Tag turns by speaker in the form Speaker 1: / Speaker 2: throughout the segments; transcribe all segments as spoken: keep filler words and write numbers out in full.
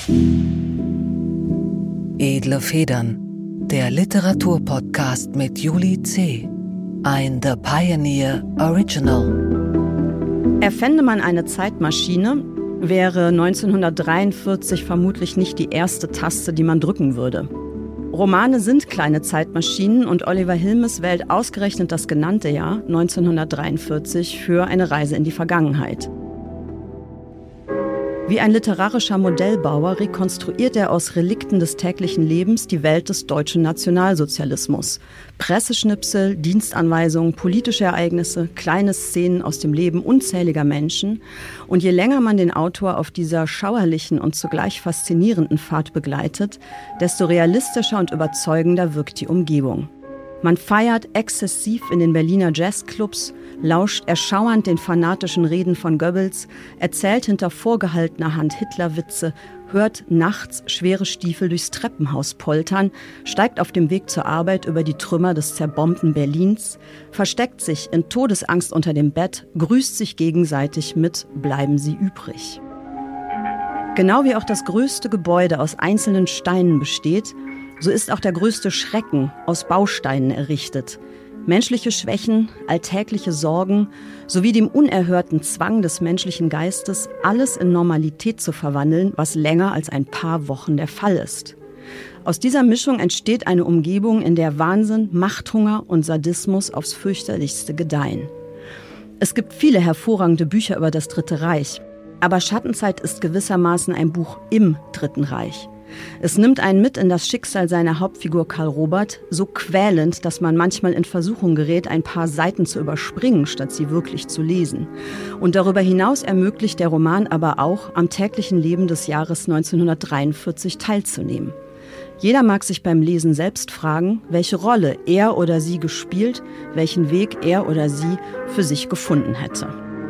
Speaker 1: Edle Federn, der Literaturpodcast mit Julie C., ein The Pioneer Original.
Speaker 2: Erfände man eine Zeitmaschine, wäre neunzehnhundertdreiundvierzig vermutlich nicht die erste Taste, die man drücken würde. Romane sind kleine Zeitmaschinen und Oliver Hilmes wählt ausgerechnet das genannte Jahr neunzehnhundertdreiundvierzig für eine Reise in die Vergangenheit. Wie ein literarischer Modellbauer rekonstruiert er aus Relikten des täglichen Lebens die Welt des deutschen Nationalsozialismus. Presseschnipsel, Dienstanweisungen, politische Ereignisse, kleine Szenen aus dem Leben unzähliger Menschen. Und je länger man den Autor auf dieser schauerlichen und zugleich faszinierenden Fahrt begleitet, desto realistischer und überzeugender wirkt die Umgebung. Man feiert exzessiv in den Berliner Jazzclubs, lauscht erschauernd den fanatischen Reden von Goebbels, erzählt hinter vorgehaltener Hand Hitlerwitze, hört nachts schwere Stiefel durchs Treppenhaus poltern, steigt auf dem Weg zur Arbeit über die Trümmer des zerbombten Berlins, versteckt sich in Todesangst unter dem Bett, grüßt sich gegenseitig mit »Bleiben Sie übrig«. Genau wie auch das größte Gebäude aus einzelnen Steinen besteht, so ist auch der größte Schrecken aus Bausteinen errichtet. Menschliche Schwächen, alltägliche Sorgen sowie dem unerhörten Zwang des menschlichen Geistes, alles in Normalität zu verwandeln, was länger als ein paar Wochen der Fall ist. Aus dieser Mischung entsteht eine Umgebung, in der Wahnsinn, Machthunger und Sadismus aufs fürchterlichste gedeihen. Es gibt viele hervorragende Bücher über das Dritte Reich, aber Schattenzeit ist gewissermaßen ein Buch im Dritten Reich. Es nimmt einen mit in das Schicksal seiner Hauptfigur Karl Robert, so quälend, dass man manchmal in Versuchung gerät, ein paar Seiten zu überspringen, statt sie wirklich zu lesen. Und darüber hinaus ermöglicht der Roman aber auch, am täglichen Leben des Jahres neunzehnhundertdreiundvierzig teilzunehmen. Jeder mag sich beim Lesen selbst fragen, welche Rolle er oder sie gespielt, welchen Weg er oder sie für sich gefunden hätte.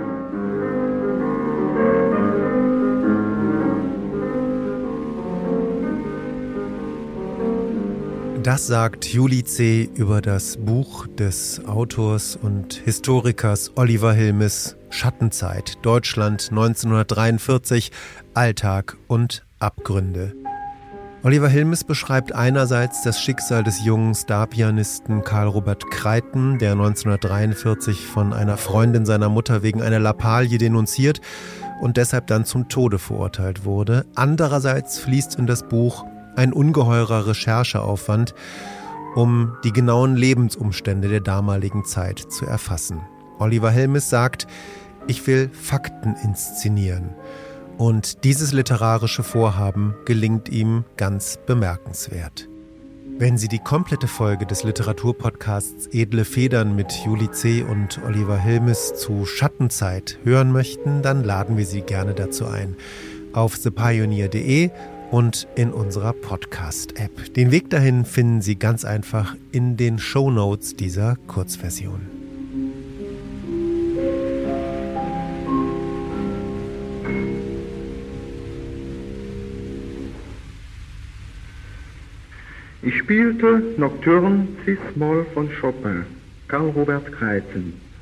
Speaker 3: Das sagt Julie C. über das Buch des Autors und Historikers Oliver Hilmes Schattenzeit, Deutschland neunzehnhundertdreiundvierzig, Alltag und Abgründe. Oliver Hilmes beschreibt einerseits das Schicksal des jungen Starpianisten Karl Robert Kreiten, der neunzehnhundertdreiundvierzig von einer Freundin seiner Mutter wegen einer Lappalie denunziert und deshalb dann zum Tode verurteilt wurde. Andererseits fließt in das Buch ein ungeheurer Rechercheaufwand, um die genauen Lebensumstände der damaligen Zeit zu erfassen. Oliver Hilmes sagt, ich will Fakten inszenieren. Und dieses literarische Vorhaben gelingt ihm ganz bemerkenswert. Wenn Sie die komplette Folge des Literaturpodcasts Edle Federn mit Julie C. und Oliver Hilmes zu Schattenzeit hören möchten, dann laden wir Sie gerne dazu ein. Auf the pioneer punkt de und in unserer Podcast-App. Den Weg dahin finden Sie ganz einfach in den Shownotes dieser Kurzversion.
Speaker 4: Ich spielte Nocturne Cis-Moll von Chopin, Karl Robert Kreiten.